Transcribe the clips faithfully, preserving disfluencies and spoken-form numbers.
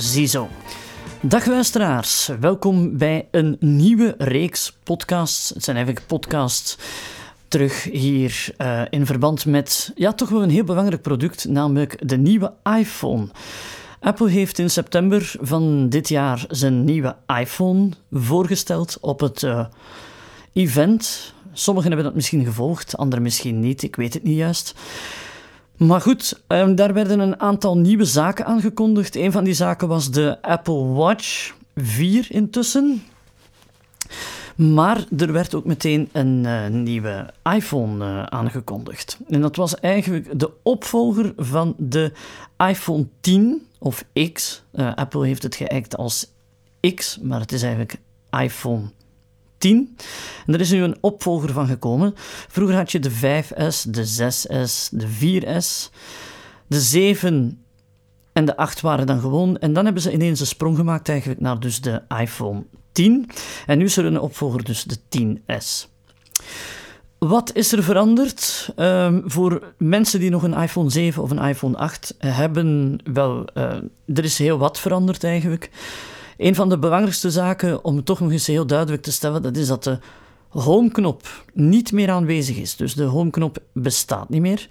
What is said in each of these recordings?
Ziezo. Dag luisteraars, welkom bij een nieuwe reeks podcasts. Het zijn eigenlijk podcasts terug hier uh, in verband met ja, toch wel een heel belangrijk product, namelijk de nieuwe iPhone. Apple heeft in september van dit jaar zijn nieuwe iPhone voorgesteld op het uh, event. Sommigen hebben dat misschien gevolgd, anderen misschien niet, ik weet het niet juist. Maar goed, um, daar werden een aantal nieuwe zaken aangekondigd. Een van die zaken was de Apple Watch vier intussen. Maar er werd ook meteen een uh, nieuwe iPhone uh, aangekondigd. En dat was eigenlijk de opvolger van de iPhone tien, of X. Uh, Apple heeft het geëikt als X, maar het is eigenlijk iPhone tien. En er is nu een opvolger van gekomen. Vroeger had je de vijf S, de zes S, de vier S, de zeven en de acht waren dan gewoon. En dan hebben ze ineens een sprong gemaakt eigenlijk naar dus de iPhone tien. En nu is er een opvolger, dus de tien S. Wat is er veranderd? Um, voor mensen die nog een iPhone zeven of een iPhone acht hebben, wel, uh, er is heel wat veranderd eigenlijk. Een van de belangrijkste zaken om toch nog eens heel duidelijk te stellen, dat is dat de homeknop niet meer aanwezig is. Dus de homeknop bestaat niet meer.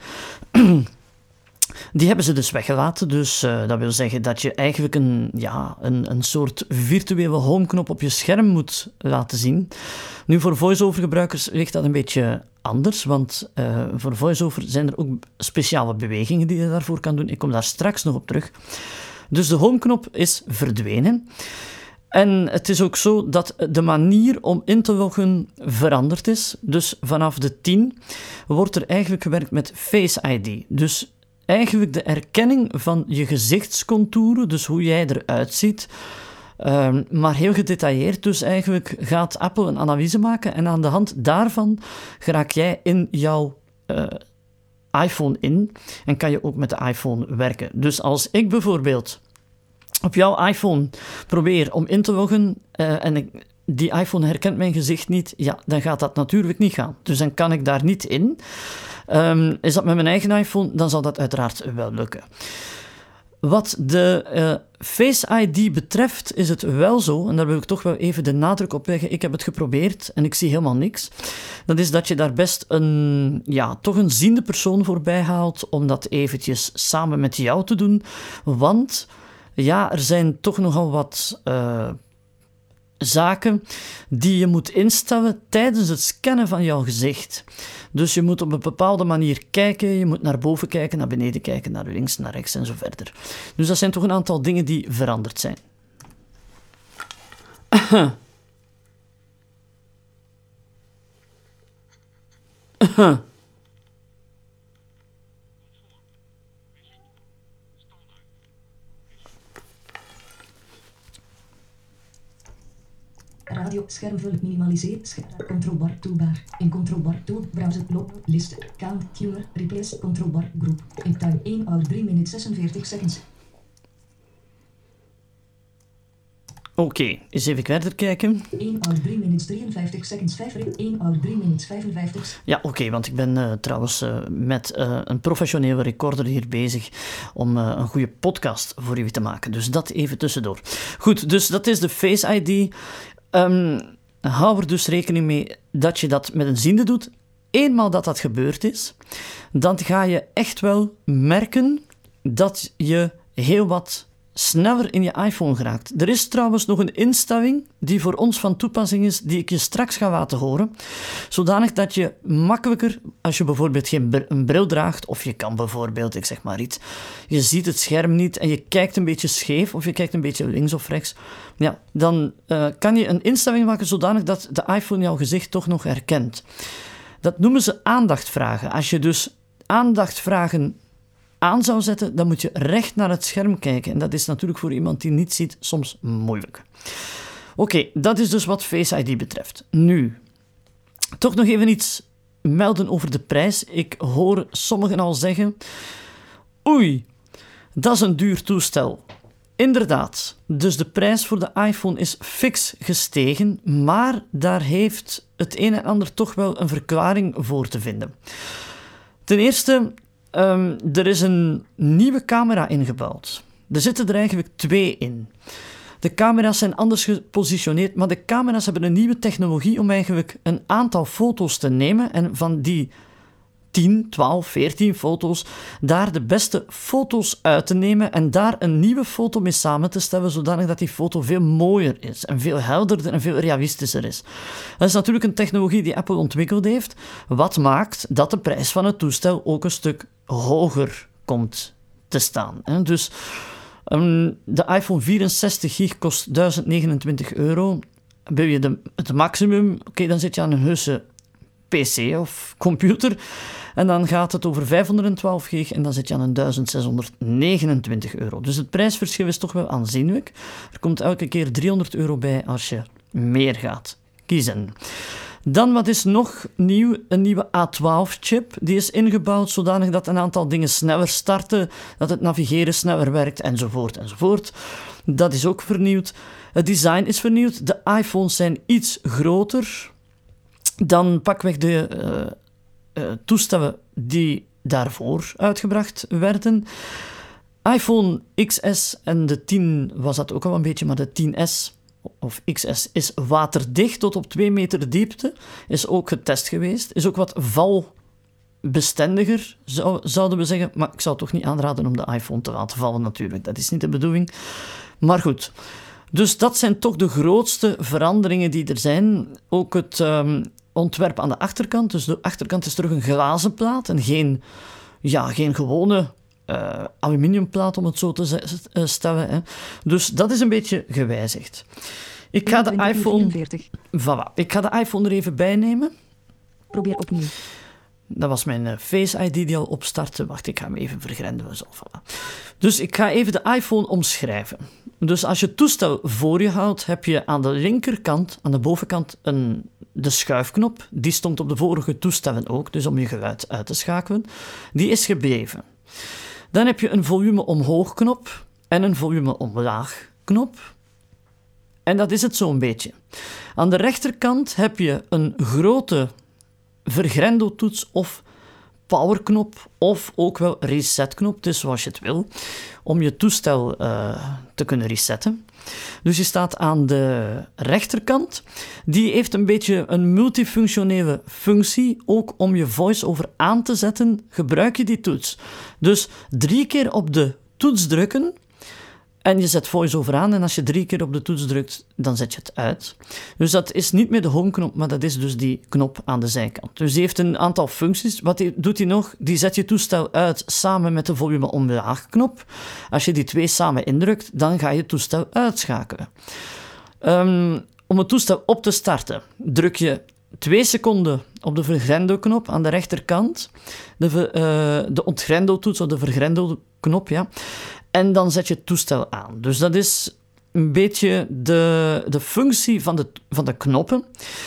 Die hebben ze dus weggelaten. Dus uh, dat wil zeggen dat je eigenlijk een, ja, een, een soort virtuele homeknop op je scherm moet laten zien. Nu, voor voice-over gebruikers ligt dat een beetje anders, want uh, voor voice-over zijn er ook speciale bewegingen die je daarvoor kan doen. Ik kom daar straks nog op terug. Dus de homeknop is verdwenen. En het is ook zo dat de manier om in te loggen veranderd is. Dus vanaf de tien wordt er eigenlijk gewerkt met Face I D. Dus eigenlijk de erkenning van je gezichtscontouren, dus hoe jij eruit ziet. Um, maar heel gedetailleerd, dus eigenlijk gaat Apple een analyse maken en aan de hand daarvan geraak jij in jouw uh, iPhone in en kan je ook met de iPhone werken. Dus als ik bijvoorbeeld op jouw iPhone probeer om in te loggen uh, en ik, die iPhone herkent mijn gezicht niet, ja, dan gaat dat natuurlijk niet gaan. Dus dan kan ik daar niet in. Um, is dat met mijn eigen iPhone, dan zal dat uiteraard wel lukken. Wat de uh, Face I D betreft is het wel zo, en daar wil ik toch wel even de nadruk op leggen, ik heb het geprobeerd en ik zie helemaal niks. Dat is dat je daar best een, ja, toch een ziende persoon voorbij haalt om dat eventjes samen met jou te doen. Want ja, er zijn toch nogal wat uh, zaken die je moet instellen tijdens het scannen van jouw gezicht. Dus je moet op een bepaalde manier kijken, je moet naar boven kijken, naar beneden kijken, naar links, naar rechts en zo verder. Dus dat zijn toch een aantal dingen die veranderd zijn. Radio, schermvullen, minimaliseer, scherm, controlbar, toolbar, in controlbar, tool, browser, log, list, count, tuner, replace, controlbar, groep, in time, één uur drie minuten zesenveertig seconds. Oké, okay, eens even verder kijken. één uur drie minuten drieënvijftig seconds, vijf één uur drie minuten vijfenvijftig. Ja, oké, okay, want ik ben uh, trouwens uh, met uh, een professionele recorder hier bezig om uh, een goede podcast voor jullie te maken. Dus dat even tussendoor. Goed, dus dat is de Face I D. Um, hou er dus rekening mee dat je dat met een ziende doet. Eenmaal dat dat gebeurd is, dan ga je echt wel merken dat je heel wat sneller in je iPhone geraakt. Er is trouwens nog een instelling die voor ons van toepassing is, die ik je straks ga laten horen. Zodanig dat je makkelijker, als je bijvoorbeeld geen br- een bril draagt, of je kan bijvoorbeeld, ik zeg maar iets, je ziet het scherm niet en je kijkt een beetje scheef, of je kijkt een beetje links of rechts, ja, dan uh, kan je een instelling maken zodanig dat de iPhone jouw gezicht toch nog herkent. Dat noemen ze aandachtvragen. Als je dus aandachtvragen aan zou zetten, dan moet je recht naar het scherm kijken. En dat is natuurlijk voor iemand die niet ziet soms moeilijk. Oké, okay, dat is dus wat Face I D betreft. Nu, toch nog even iets melden over de prijs. Ik hoor sommigen al zeggen, oei, dat is een duur toestel. Inderdaad, dus de prijs voor de iPhone is fix gestegen, maar daar heeft het een en ander toch wel een verklaring voor te vinden. Ten eerste, um, er is een nieuwe camera ingebouwd. Er zitten er eigenlijk twee in. De camera's zijn anders gepositioneerd, maar de camera's hebben een nieuwe technologie om eigenlijk een aantal foto's te nemen en van die tien, twaalf, veertien foto's, daar de beste foto's uit te nemen en daar een nieuwe foto mee samen te stellen, zodanig dat die foto veel mooier is en veel helderder en veel realistischer is. Dat is natuurlijk een technologie die Apple ontwikkeld heeft, wat maakt dat de prijs van het toestel ook een stuk hoger komt te staan. Dus um, de iPhone vierenzestig gig kost duizend negenentwintig euro. Wil je de, het maximum, oké, okay, dan zit je aan een heuse P C of computer. En dan gaat het over vijfhonderdtwaalf gig en dan zit je aan een duizend zeshonderdnegenentwintig euro. Dus het prijsverschil is toch wel aanzienlijk. Er komt elke keer driehonderd euro bij als je meer gaat kiezen. Dan, wat is nog nieuw? Een nieuwe A twaalf chip. Die is ingebouwd zodanig dat een aantal dingen sneller starten, dat het navigeren sneller werkt, enzovoort, enzovoort. Dat is ook vernieuwd. Het design is vernieuwd. De iPhones zijn iets groter dan pakweg de uh, uh, toestellen die daarvoor uitgebracht werden. iPhone X S en de tien was dat ook al een beetje, maar de tien S of X S is waterdicht tot op twee meter diepte. Is ook getest geweest. Is ook wat valbestendiger, zou, zouden we zeggen. Maar ik zou toch niet aanraden om de iPhone te laten vallen natuurlijk. Dat is niet de bedoeling. Maar goed. Dus dat zijn toch de grootste veranderingen die er zijn. Ook het um, ontwerp aan de achterkant. Dus de achterkant is terug een glazen plaat en geen, ja, geen gewone uh, aluminiumplaat, om het zo te z- uh, stellen. Hè. Dus dat is een beetje gewijzigd. Ik ga de iPhone... Voilà. Ik ga de iPhone er even bij nemen. Probeer opnieuw. Dat was mijn uh, Face I D die al opstartte. Wacht, ik ga hem even vergrendelen. Zo, voilà. Dus ik ga even de iPhone omschrijven. Dus als je het toestel voor je houdt, heb je aan de linkerkant, aan de bovenkant, een, de schuifknop. Die stond op de vorige toestellen ook, dus om je geluid uit te schakelen. Die is gebleven. Dan heb je een volume omhoog knop en een volume omlaag knop. En dat is het zo'n beetje. Aan de rechterkant heb je een grote vergrendeltoets of powerknop of ook wel resetknop, het is zoals je het wil, om je toestel uh, te kunnen resetten. Dus je staat aan de rechterkant. Die heeft een beetje een multifunctionele functie. Ook om je voice-over aan te zetten, gebruik je die toets. Dus drie keer op de toets drukken en je zet voice-over aan. En als je drie keer op de toets drukt, dan zet je het uit. Dus dat is niet meer de home-knop, maar dat is dus die knop aan de zijkant. Dus die heeft een aantal functies. Wat die, doet hij nog? Die zet je toestel uit samen met de volume omlaag knop. Als je die twee samen indrukt, dan ga je het toestel uitschakelen. Um, om het toestel op te starten, druk je twee seconden op de vergrendelknop aan de rechterkant. De, uh, de ontgrendeltoets of de vergrendelknop, ja. En dan zet je het toestel aan. Dus dat is een beetje de, de functie van de, van de knoppen.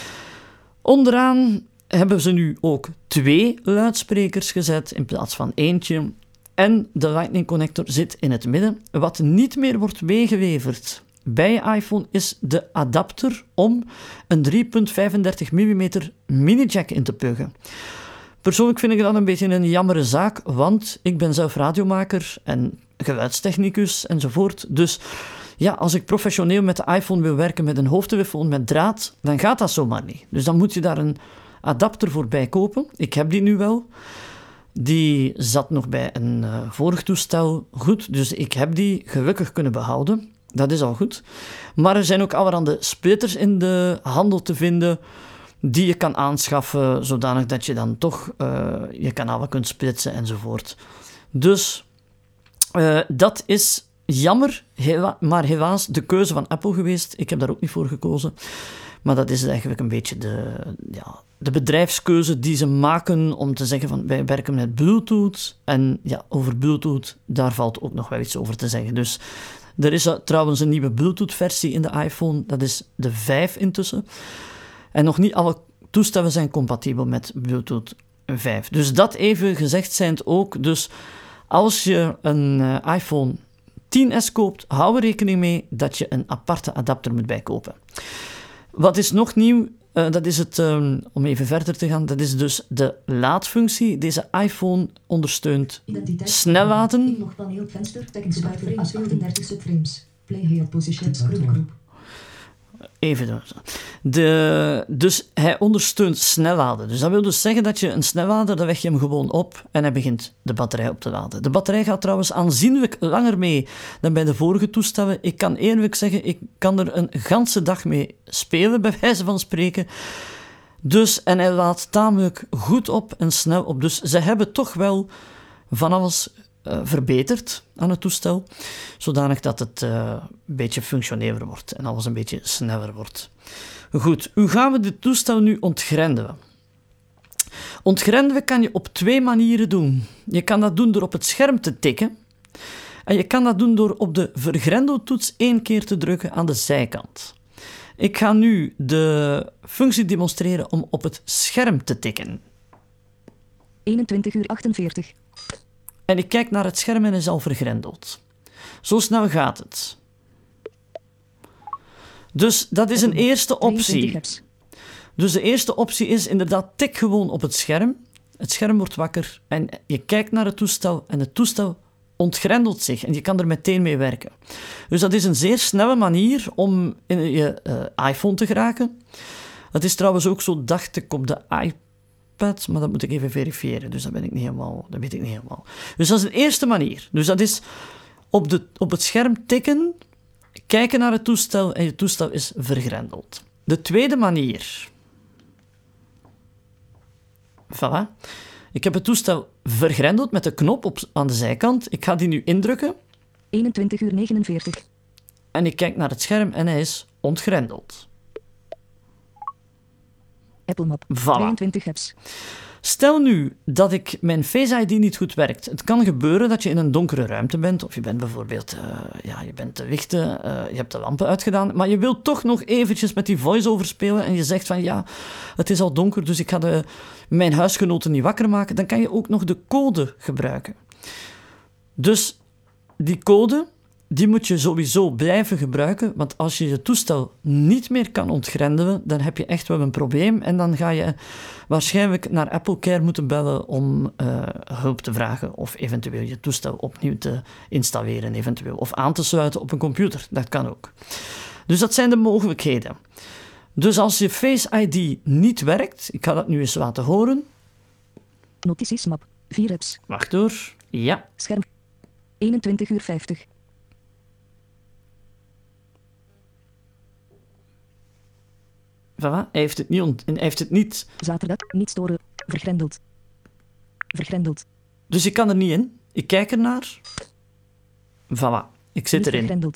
Onderaan hebben ze nu ook twee luidsprekers gezet in plaats van eentje. En de Lightning connector zit in het midden. Wat niet meer wordt meegeleverd bij je iPhone is de adapter om een drie komma vijfendertig millimeter mini-jack in te pluggen. Persoonlijk vind ik dat een beetje een jammere zaak, want ik ben zelf radiomaker en geluidstechnicus enzovoort. Dus ja, als ik professioneel met de iPhone wil werken met een hoofdtelefoon met draad, dan gaat dat zomaar niet. Dus dan moet je daar een adapter voor bij kopen. Ik heb die nu wel. Die zat nog bij een uh, vorig toestel goed, dus ik heb die gelukkig kunnen behouden. Dat is al goed. Maar er zijn ook allerhande splitters in de handel te vinden die je kan aanschaffen, zodanig dat je dan toch uh, je kanalen kunt splitsen enzovoort. Dus uh, dat is jammer, hela- maar helaas de keuze van Apple geweest. Ik heb daar ook niet voor gekozen. Maar dat is eigenlijk een beetje de, ja, de bedrijfskeuze die ze maken om te zeggen van wij werken met Bluetooth. En ja, over Bluetooth, daar valt ook nog wel iets over te zeggen. Dus er is trouwens een nieuwe Bluetooth-versie in de iPhone. Dat is de vijf intussen. En nog niet alle toestellen zijn compatibel met Bluetooth vijf. Dus dat even gezegd zijnd ook. Dus als je een uh, iPhone tien S koopt, hou er rekening mee dat je een aparte adapter moet bijkopen. Wat is nog nieuw? Uh, dat is het, um, om even verder te gaan, dat is dus de laadfunctie. Deze iPhone ondersteunt snelladen. Inlogpaneel, venster, tekens, frames, vijfendertig subframes. Play heel position, scrollgroep. Even doen. De, dus hij ondersteunt snelladen. Dus dat wil dus zeggen dat je een snellader, dan weg je hem gewoon op en hij begint de batterij op te laden. De batterij gaat trouwens aanzienlijk langer mee dan bij de vorige toestellen. Ik kan eerlijk zeggen, ik kan er een ganse dag mee spelen, bij wijze van spreken. Dus, en hij laat tamelijk goed op en snel op. Dus ze hebben toch wel van alles Uh, verbeterd aan het toestel, zodanig dat het uh, een beetje functioneler wordt en alles een beetje sneller wordt. Goed, hoe gaan we dit toestel nu ontgrendelen? Ontgrendelen kan je op twee manieren doen. Je kan dat doen door op het scherm te tikken en je kan dat doen door op de vergrendeltoets één keer te drukken aan de zijkant. Ik ga nu de functie demonstreren om op het scherm te tikken. eenentwintig uur achtenveertig. En ik kijk naar het scherm en is al vergrendeld. Zo snel gaat het. Dus dat is een eerste optie. Dus de eerste optie is inderdaad, tik gewoon op het scherm. Het scherm wordt wakker en je kijkt naar het toestel en het toestel ontgrendelt zich en je kan er meteen mee werken. Dus dat is een zeer snelle manier om in je uh, iPhone te geraken. Het is trouwens ook zo, dacht ik, op de iPad. Maar dat moet ik even verifiëren, dus dat, ben ik niet helemaal, dat weet ik niet helemaal. Dus dat is de eerste manier. Dus dat is op, de, op het scherm tikken, kijken naar het toestel en je toestel is vergrendeld. De tweede manier. Voilà. Ik heb het toestel vergrendeld met de knop op, aan de zijkant. Ik ga die nu indrukken. eenentwintig uur negenenveertig. En ik kijk naar het scherm en hij is ontgrendeld. Apple Map, voilà. tweeëntwintig apps. Stel nu dat ik mijn Face I D niet goed werkt. Het kan gebeuren dat je in een donkere ruimte bent, of je bent bijvoorbeeld, uh, ja, je bent te lichten, uh, je hebt de lampen uitgedaan, maar je wilt toch nog eventjes met die voice-over spelen en je zegt van ja, het is al donker, dus ik ga de, mijn huisgenoten niet wakker maken. Dan kan je ook nog de code gebruiken. Dus die code, die moet je sowieso blijven gebruiken, want als je je toestel niet meer kan ontgrendelen, dan heb je echt wel een probleem en dan ga je waarschijnlijk naar Apple Care moeten bellen om uh, hulp te vragen of eventueel je toestel opnieuw te installeren eventueel, of aan te sluiten op een computer. Dat kan ook. Dus dat zijn de mogelijkheden. Dus als je Face I D niet werkt, ik ga dat nu eens laten horen. Notitiesmap, vier apps. Wacht hoor. Ja. Scherm, eenentwintig uur vijftig. Voilà, hij heeft het niet... Ont- hij heeft het niet... Zaterdag, niet storen, vergrendeld. Vergrendeld. Dus ik kan er niet in. Ik kijk ernaar. Voilà, ik zit niet erin. Vergrendeld.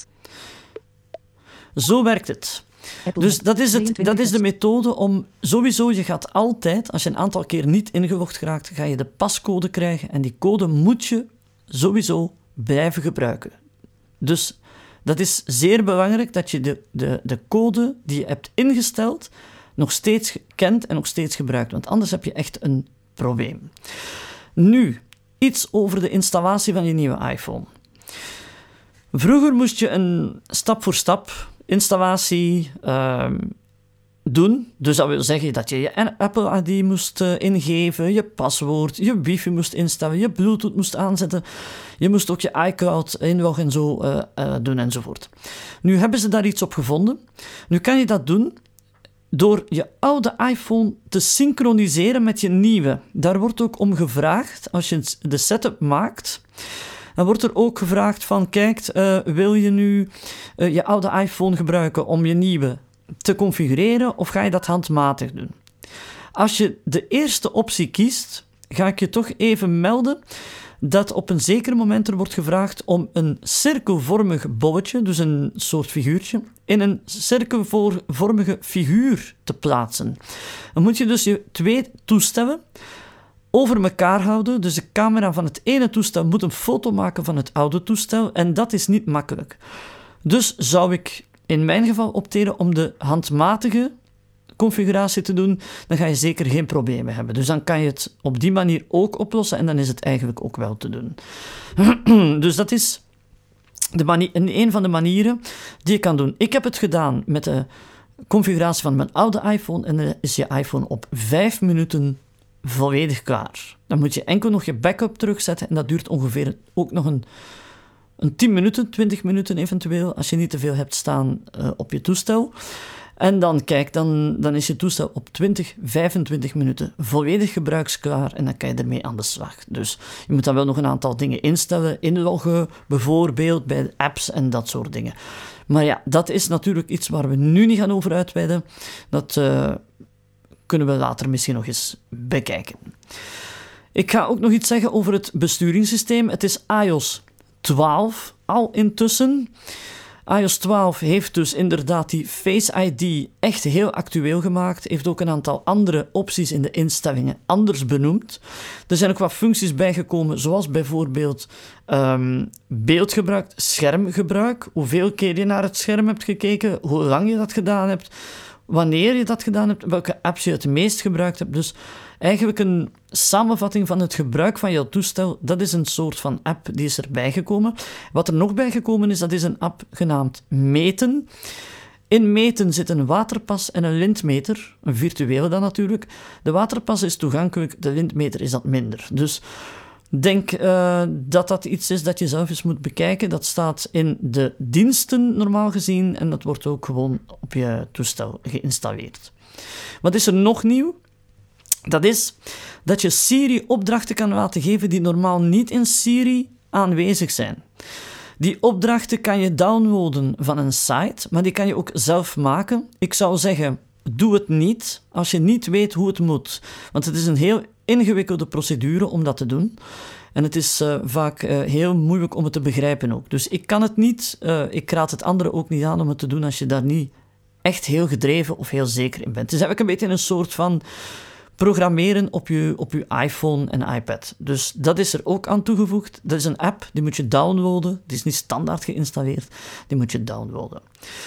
Zo werkt het. Apple Dus dat is, het, dat is de apps. methode om... Sowieso, je gaat altijd, als je een aantal keer niet ingelogd geraakt, ga je de pascode krijgen. En die code moet je sowieso blijven gebruiken. Dus... Dat is zeer belangrijk dat je de, de, de code die je hebt ingesteld nog steeds kent en nog steeds gebruikt, want anders heb je echt een probleem. Nu, iets over de installatie van je nieuwe iPhone. Vroeger moest je een stap voor stap installatie uh, doen. Dus dat wil zeggen dat je je Apple I D moest uh, ingeven, je paswoord, je wifi moest instellen, je Bluetooth moest aanzetten. Je moest ook je iCloud inloggen en zo uh, uh, doen enzovoort. Nu hebben ze daar iets op gevonden. Nu kan je dat doen door je oude iPhone te synchroniseren met je nieuwe. Daar wordt ook om gevraagd, als je de setup maakt, dan wordt er ook gevraagd van, kijk, uh, wil je nu uh, je oude iPhone gebruiken om je nieuwe te configureren of ga je dat handmatig doen? Als je de eerste optie kiest, ga ik je toch even melden dat op een zeker moment er wordt gevraagd om een cirkelvormig bolletje, dus een soort figuurtje, in een cirkelvormige figuur te plaatsen. Dan moet je dus je twee toestellen over elkaar houden. Dus de camera van het ene toestel moet een foto maken van het oude toestel en dat is niet makkelijk. Dus zou ik in mijn geval opteren om de handmatige configuratie te doen, dan ga je zeker geen problemen hebben. Dus dan kan je het op die manier ook oplossen en dan is het eigenlijk ook wel te doen. Dus dat is de manier, een van de manieren die je kan doen. Ik heb het gedaan met de configuratie van mijn oude iPhone en dan is je iPhone op vijf minuten volledig klaar. Dan moet je enkel nog je backup terugzetten en dat duurt ongeveer ook nog een, een tien minuten, twintig minuten eventueel, als je niet te veel hebt staan uh, op je toestel. En dan, kijk, dan, dan is je toestel op twintig, vijfentwintig minuten volledig gebruiksklaar en dan kan je ermee aan de slag. Dus je moet dan wel nog een aantal dingen instellen, inloggen, bijvoorbeeld bij de apps en dat soort dingen. Maar ja, dat is natuurlijk iets waar we nu niet gaan over uitweiden. Dat uh, kunnen we later misschien nog eens bekijken. Ik ga ook nog iets zeggen over het besturingssysteem. Het is i O S twaalf al intussen. i O S twaalf heeft dus inderdaad die Face I D echt heel actueel gemaakt. Heeft ook een aantal andere opties in de instellingen anders benoemd. Er zijn ook wat functies bijgekomen, zoals bijvoorbeeld um, beeldgebruik, schermgebruik. Hoeveel keer je naar het scherm hebt gekeken, hoe lang je dat gedaan hebt, wanneer je dat gedaan hebt, welke apps je het meest gebruikt hebt. Dus eigenlijk een samenvatting van het gebruik van jouw toestel. Dat is een soort van app die is erbij gekomen. Wat er nog bijgekomen is, dat is een app genaamd Meten. In Meten zit een waterpas en een lintmeter. Een virtuele dan natuurlijk. De waterpas is toegankelijk, de lintmeter is dat minder. Dus denk uh, dat dat iets is dat je zelf eens moet bekijken. Dat staat in de diensten normaal gezien en dat wordt ook gewoon op je toestel geïnstalleerd. Wat is er nog nieuw? Dat is dat je Siri opdrachten kan laten geven die normaal niet in Siri aanwezig zijn. Die opdrachten kan je downloaden van een site, maar die kan je ook zelf maken. Ik zou zeggen, doe het niet als je niet weet hoe het moet. Want het is een heel ingewikkelde procedure om dat te doen. En het is uh, vaak uh, heel moeilijk om het te begrijpen ook. Dus ik kan het niet, uh, ik raad het anderen ook niet aan om het te doen als je daar niet echt heel gedreven of heel zeker in bent. Het is eigenlijk een beetje een soort van programmeren op je, op je iPhone en iPad. Dus dat is er ook aan toegevoegd. Dat is een app, die moet je downloaden. Die is niet standaard geïnstalleerd, die moet je downloaden.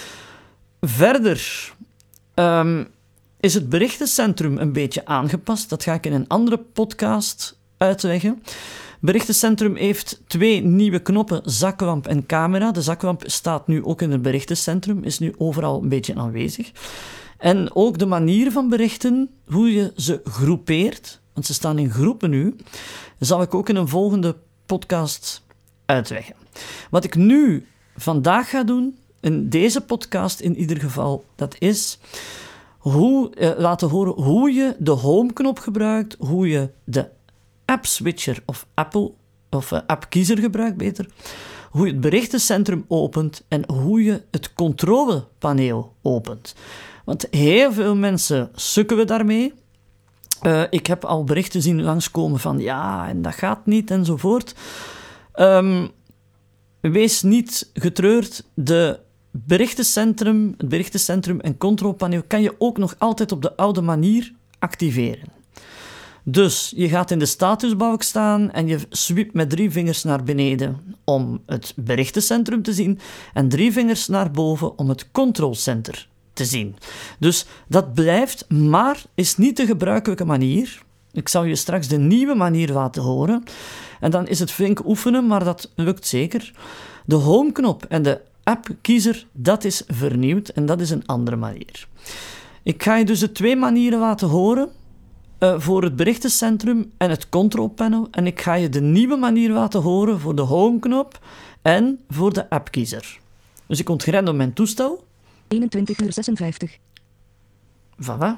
Verder um, is het berichtencentrum een beetje aangepast. Dat ga ik in een andere podcast uitleggen. Berichtencentrum heeft twee nieuwe knoppen, zaklamp en camera. De zaklamp staat nu ook in het berichtencentrum, is nu overal een beetje aanwezig. En ook de manier van berichten, hoe je ze groepeert, want ze staan in groepen nu, zal ik ook in een volgende podcast uitleggen. Wat ik nu vandaag ga doen, in deze podcast in ieder geval, dat is hoe, eh, laten horen hoe je de home-knop gebruikt, hoe je de app-switcher of Apple, of uh, app-kiezer gebruikt beter, hoe je het berichtencentrum opent en hoe je het controlepaneel opent. Want heel veel mensen sukkelen daarmee. Uh, ik heb al berichten zien langskomen van ja, en dat gaat niet enzovoort. Um, wees niet getreurd. De berichtencentrum, het berichtencentrum en controlepaneel kan je ook nog altijd op de oude manier activeren. Dus je gaat in de statusbalk staan en je swipt met drie vingers naar beneden om het berichtencentrum te zien en drie vingers naar boven om het control center te zien. Dus dat blijft, maar is niet de gebruikelijke manier. Ik zal je straks de nieuwe manier laten horen. En dan is het flink oefenen, maar dat lukt zeker. De home-knop en de app-kiezer, dat is vernieuwd en dat is een andere manier. Ik ga je dus de twee manieren laten horen uh, voor het berichtencentrum en het control panel. En ik ga je de nieuwe manier laten horen voor de home-knop en voor de app-kiezer. Dus ik ontgrendel mijn toestel. eenentwintig uur zesenvijftig. Voilà.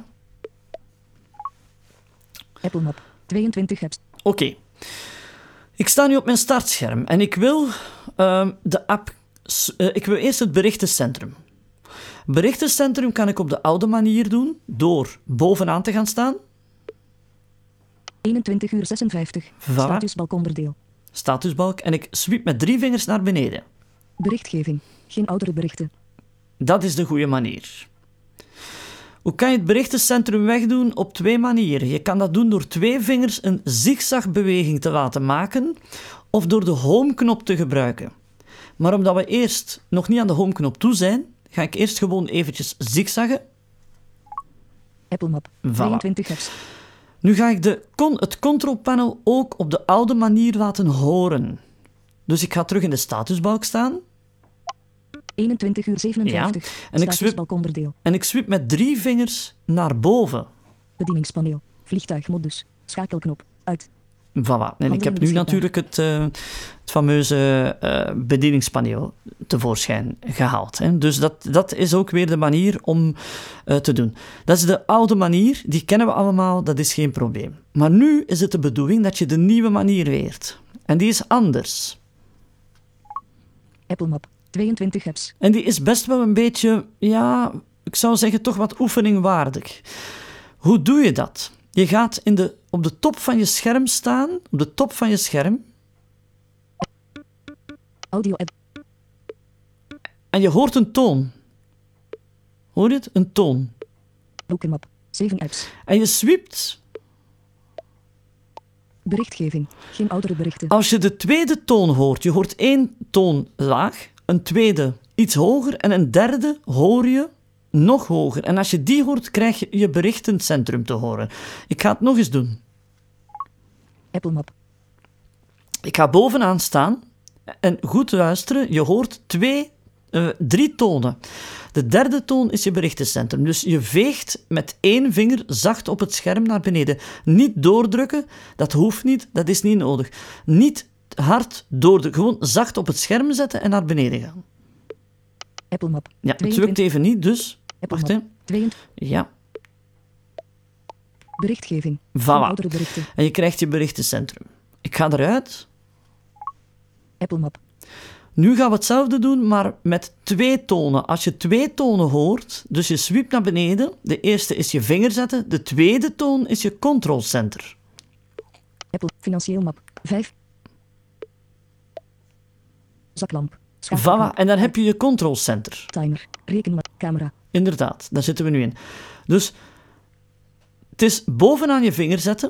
Apple Map. tweeëntwintig apps. Oké. Okay. Ik sta nu op mijn startscherm en ik wil uh, de app... Uh, ik wil eerst het berichtencentrum. Berichtencentrum kan ik op de oude manier doen, door bovenaan te gaan staan. eenentwintig uur zesenvijftig. Voilà. Statusbalk onderdeel. Statusbalk. En ik swiep met drie vingers naar beneden. Berichtgeving. Geen oudere berichten. Dat is de goede manier. Hoe kan je het berichtencentrum wegdoen? Op twee manieren. Je kan dat doen door twee vingers een zigzagbeweging te laten maken of door de home-knop te gebruiken. Maar omdat we eerst nog niet aan de home-knop toe zijn, ga ik eerst gewoon eventjes zigzaggen. Apple Map. Voilà. tweeëntwintig apps. Nu ga ik de con- het control panel ook op de oude manier laten horen. Dus ik ga terug in de statusbalk staan. eenentwintig uur zevenenvijftig. En ik swip- Statusbalkonderdeel. En ik swiep met drie vingers naar boven. Bedieningspaneel. Vliegtuigmodus. Schakelknop. Uit. Voilà. En ik heb nu beschikbaar. natuurlijk het, uh, het fameuze uh, bedieningspaneel tevoorschijn gehaald. Hè. Dus dat, dat is ook weer de manier om uh, te doen. Dat is de oude manier, die kennen we allemaal, dat is geen probleem. Maar nu is het de bedoeling dat je de nieuwe manier leert. En die is anders. Apple Map. tweeëntwintig apps. En die is best wel een beetje, ja, ik zou zeggen toch wat oefeningwaardig. Hoe doe je dat? Je gaat in de, op de top van je scherm staan, op de top van je scherm. Audio app. En je hoort een toon. Hoor je het? Een toon. Boekenmap. zeven apps. En je sweept. Berichtgeving. Geen oudere berichten. Als je de tweede toon hoort, je hoort één toon laag, een tweede iets hoger en een derde hoor je nog hoger. En als je die hoort, krijg je je berichtencentrum te horen. Ik ga het nog eens doen. Apple Map. Ik ga bovenaan staan en goed luisteren. Je hoort twee, uh, drie tonen. De derde toon is je berichtencentrum. Dus je veegt met één vinger zacht op het scherm naar beneden. Niet doordrukken, dat hoeft niet, dat is niet nodig. Niet hard doordrukken, gewoon zacht op het scherm zetten en naar beneden gaan. Apple Map. Ja, het lukt even niet, dus... Apple Wacht, hè. Map. tweeëntwintig. Ja, Berichtgeving. Geen voilà. oudere berichten. En je krijgt je berichtencentrum. Ik ga eruit. Apple Map. Nu gaan we hetzelfde doen, maar met twee tonen. Als je twee tonen hoort, dus je sweept naar beneden. De eerste is je vinger zetten. De tweede toon is je control center. Apple. Financieel map. vijf. Zaklamp. Schakelknop. Voilà, en dan heb je je control center. Timer. Rekenmap. Camera. Inderdaad, daar zitten we nu in. Dus het is bovenaan je vinger zetten.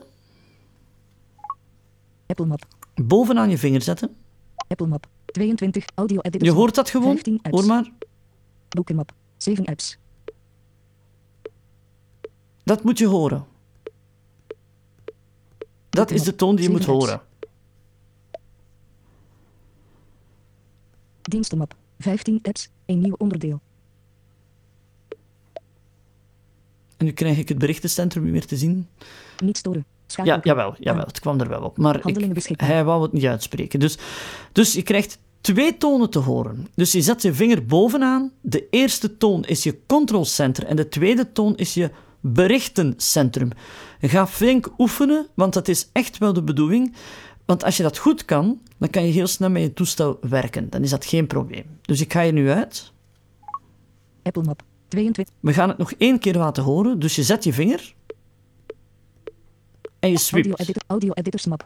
Apple Map. Bovenaan je vinger zetten. Apple Map. tweeëntwintig. Audio editors. Je hoort dat gewoon. vijftien apps. Hoor maar. Boekenmap. zeven apps. Dat moet je horen. Dat is de toon die je moet Zeven apps. horen. Dienstenmap. vijftien apps. Een nieuw onderdeel. En nu krijg ik het berichtencentrum weer te zien. Niet storen. Ja, Schakelknop. jawel, jawel, het kwam er wel op. Maar Handelingen ik, beschikbaar. hij wou het niet uitspreken. Dus, dus je krijgt twee tonen te horen. Dus je zet je vinger bovenaan. De eerste toon is je control center en de tweede toon is je berichtencentrum. Je gaat flink oefenen, want dat is echt wel de bedoeling. Want als je dat goed kan, dan kan je heel snel met je toestel werken. Dan is dat geen probleem. Dus ik ga je nu uit. Apple Map. tweeëntwintig. We gaan het nog één keer laten horen. Dus je zet je vinger en je Audio, sweept. editor, audio editors map.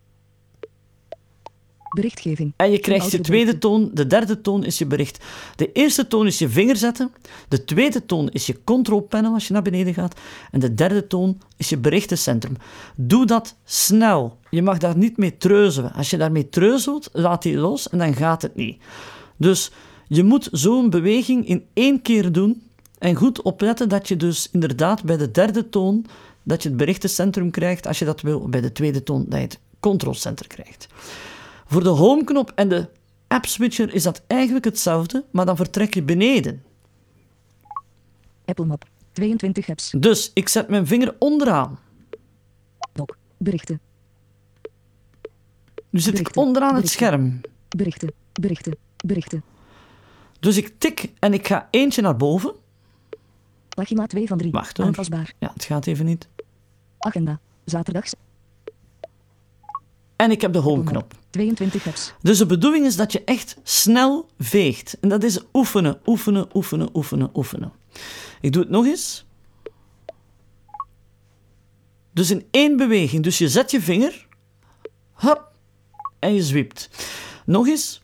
Berichtgeving. En je krijgt je Oudere tweede berichten. toon, de derde toon is je bericht. De eerste toon is je vinger zetten, de tweede toon is je control panel als je naar beneden gaat en de derde toon is je berichtencentrum. Doe dat snel. Je mag daar niet mee treuzelen. Als je daarmee treuzelt, laat die los en dan gaat het niet. Dus je moet zo'n beweging in één keer doen en goed opletten dat je dus inderdaad bij de derde toon dat je het berichtencentrum krijgt, als je dat wil, bij de tweede toon dat je het controlcenter krijgt. Voor de homeknop en de app switcher is dat eigenlijk hetzelfde, maar dan vertrek je beneden. Apple Map. tweeëntwintig apps. Dus ik zet mijn vinger onderaan. Doc. Berichten. Nu zit ik Berichten, onderaan het berichten. scherm. Berichten. Berichten. Berichten. Dus ik tik en ik ga eentje naar boven. Pagina twee van drie. Wacht, hoor. Aanpasbaar. Ja, het gaat even niet. Agenda. Zaterdags. En ik heb de homeknop. tweeëntwintig apps. Dus de bedoeling is dat je echt snel veegt. En dat is oefenen, oefenen, oefenen, oefenen, oefenen. Ik doe het nog eens. Dus in één beweging. Dus je zet je vinger. Hop. En je zwiept. Nog eens.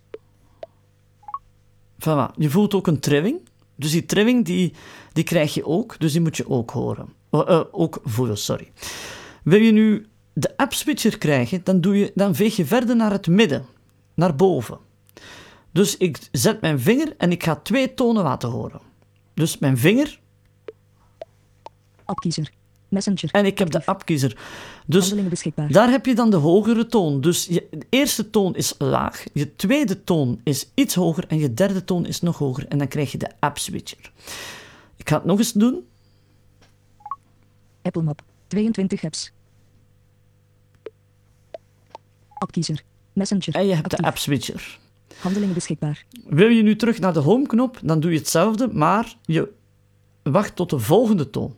Voilà. Je voelt ook een trilling. Dus die trilling die, die krijg je ook. Dus die moet je ook horen. Uh, uh, ook voelen, sorry. Wil je nu de app switcher krijgen, dan, doe je, dan veeg je verder naar het midden. Naar boven. Dus ik zet mijn vinger en ik ga twee tonen laten horen. Dus mijn vinger. Appkiezer. Messenger. En ik heb de appkiezer. Dus Handelingen beschikbaar. daar heb je dan de hogere toon. Dus je de eerste toon is laag, je tweede toon is iets hoger en je derde toon is nog hoger. En dan krijg je de app-switcher. Ik ga het nog eens doen. Apple Map. tweeëntwintig apps. Appkiezer. Messenger. En je hebt de Actief. app-switcher. Handelingen beschikbaar. Wil je nu terug naar de home-knop, dan doe je hetzelfde, maar je wacht tot de volgende toon.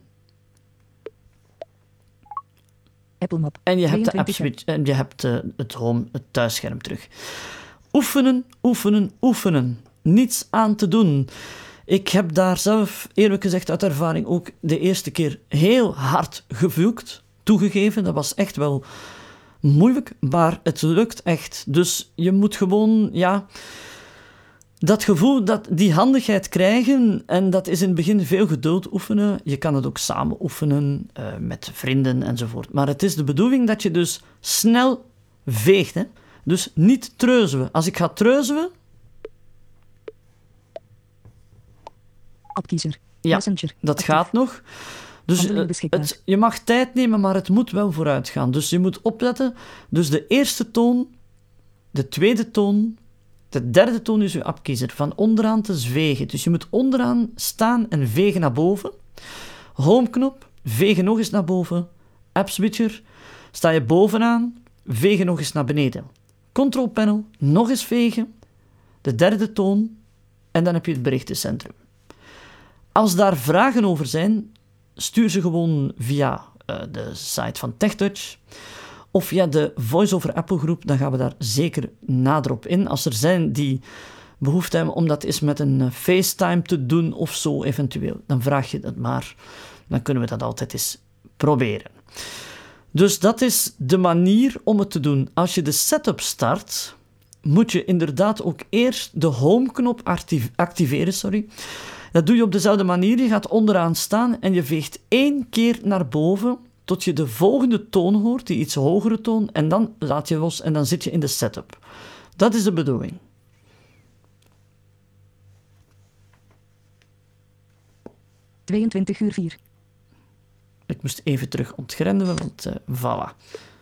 Apple Map. En je hebt de tweeëntwintig app-switch en je hebt uh, het home, het thuisscherm terug. Oefenen, oefenen, oefenen. Niets aan te doen. Ik heb daar zelf, eerlijk gezegd uit ervaring, ook de eerste keer heel hard gevloekt. Toegegeven, dat was echt wel moeilijk, maar het lukt echt. Dus je moet gewoon, ja, dat gevoel, dat, die handigheid krijgen, en dat is in het begin veel geduld oefenen. Je kan het ook samen oefenen, uh, met vrienden enzovoort. Maar het is de bedoeling dat je dus snel veegt, hè. Dus niet treuzelen. Als ik ga treuzelen... Appkiezer. Ja, Messenger. dat Actief. gaat nog. Dus Handelingen uh, beschikbaar. het, je mag tijd nemen, maar het moet wel vooruit gaan. Dus je moet opletten. Dus de eerste toon, de tweede toon, de derde toon is je appkiezer. Van onderaan te vegen. Dus je moet onderaan staan en vegen naar boven. Homeknop, vegen nog eens naar boven. App-switcher, sta je bovenaan, vegen nog eens naar beneden. Control panel, nog eens vegen. De derde toon. En dan heb je het berichtencentrum. Als daar vragen over zijn, stuur ze gewoon via uh, de site van TechTouch of via de Voice over Apple groep. Dan gaan we daar zeker nader op in. Als er zijn die behoefte hebben om dat eens met een uh, FaceTime te doen of zo eventueel, dan vraag je dat maar. Dan kunnen we dat altijd eens proberen. Dus dat is de manier om het te doen. Als je de setup start, moet je inderdaad ook eerst de home-knop active- activeren. Sorry. Dat doe je op dezelfde manier. Je gaat onderaan staan en je veegt één keer naar boven tot je de volgende toon hoort, die iets hogere toon, en dan laat je los en dan zit je in de setup. Dat is de bedoeling. tweeëntwintig uur vier. Ik moest even terug ontgrendelen, want uh, voilà.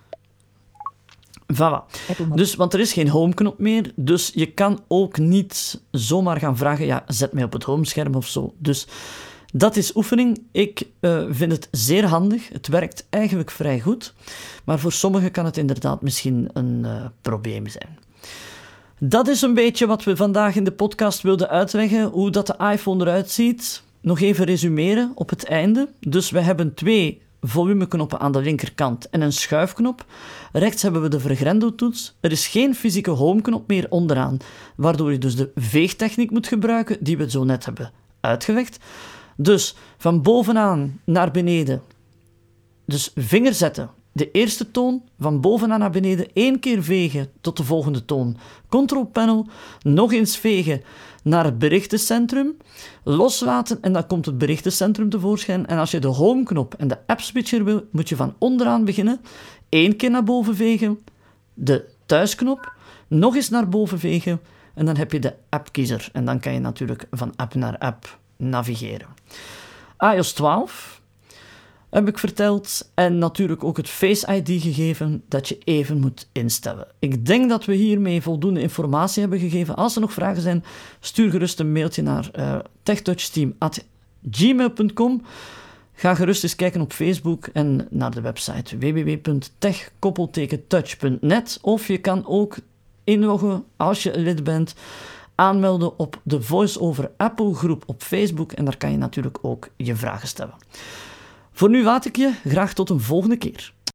Voilà. Apple Map. Dus, want er is geen homeknop meer, dus je kan ook niet zomaar gaan vragen, ja, zet mij op het homescherm of zo. Dus dat is oefening. Ik uh, vind het zeer handig. Het werkt eigenlijk vrij goed, maar voor sommigen kan het inderdaad misschien een uh, probleem zijn. Dat is een beetje wat we vandaag in de podcast wilden uitleggen, hoe dat de iPhone eruit ziet. Nog even resumeren op het einde. Dus we hebben twee volumeknoppen aan de linkerkant en een schuifknop. Rechts hebben we de vergrendeltoets. Er is geen fysieke homeknop meer onderaan, waardoor je dus de veegtechniek moet gebruiken die we zo net hebben uitgelegd. Dus van bovenaan naar beneden, dus vinger zetten, de eerste toon, van bovenaan naar beneden, één keer vegen tot de volgende toon. Control panel, nog eens vegen naar het berichtencentrum, loslaten en dan komt het berichtencentrum tevoorschijn. En als je de home-knop en de app-switcher wil, moet je van onderaan beginnen. Eén keer naar boven vegen, de thuisknop, nog eens naar boven vegen en dan heb je de app-kiezer. En dan kan je natuurlijk van app naar app navigeren. i O S twaalf heb ik verteld en natuurlijk ook het Face I D gegeven dat je even moet instellen. Ik denk dat we hiermee voldoende informatie hebben gegeven. Als er nog vragen zijn, stuur gerust een mailtje naar uh, techtouchteam at gmail punt com. Ga gerust eens kijken op Facebook en naar de website w w w punt tech touch punt net of je kan ook inloggen als je lid bent, aanmelden op de Voice over Apple groep op Facebook en daar kan je natuurlijk ook je vragen stellen. Voor nu laat ik je graag tot een volgende keer.